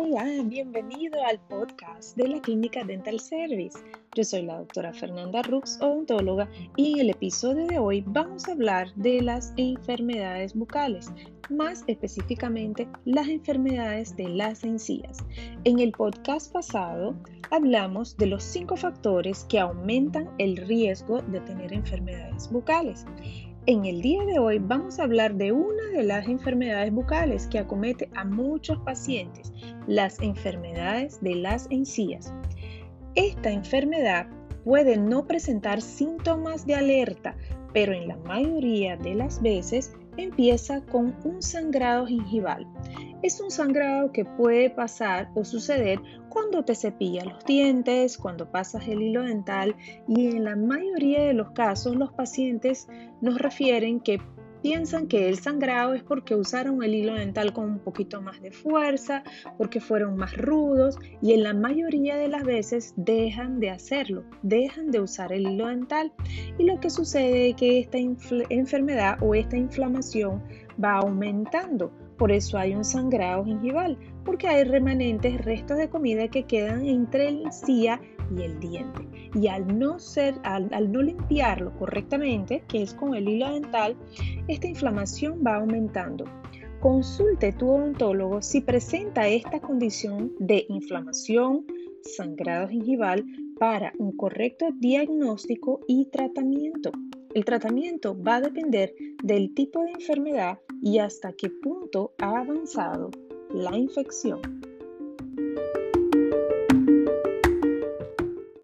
Hola, bienvenido al podcast de la Clínica Dental Service. Yo soy la doctora Fernanda Rux, odontóloga, y en el episodio de hoy vamos a hablar de las enfermedades bucales, más específicamente las enfermedades de las encías. En el podcast pasado hablamos de los 5 factores que aumentan el riesgo de tener enfermedades bucales. En el día de hoy vamos a hablar de una de las enfermedades bucales que acomete a muchos pacientes, las enfermedades de las encías. Esta enfermedad puede no presentar síntomas de alerta, pero en la mayoría de las veces empieza con un sangrado gingival. Es un sangrado que puede pasar o suceder cuando te cepillas los dientes, cuando pasas el hilo dental, y en la mayoría de los casos los pacientes nos refieren que piensan que el sangrado es porque usaron el hilo dental con un poquito más de fuerza, porque fueron más rudos, y en la mayoría de las veces dejan de hacerlo, dejan de usar el hilo dental, y lo que sucede es que esta enfermedad o esta inflamación va aumentando. Por eso hay un sangrado gingival, porque hay remanentes, restos de comida que quedan entre la encía y el diente. Y al no limpiarlo correctamente, que es con el hilo dental, esta inflamación va aumentando. Consulte tu odontólogo si presenta esta condición de inflamación, sangrado gingival, para un correcto diagnóstico y tratamiento. El tratamiento va a depender del tipo de enfermedad y hasta qué punto ha avanzado la infección.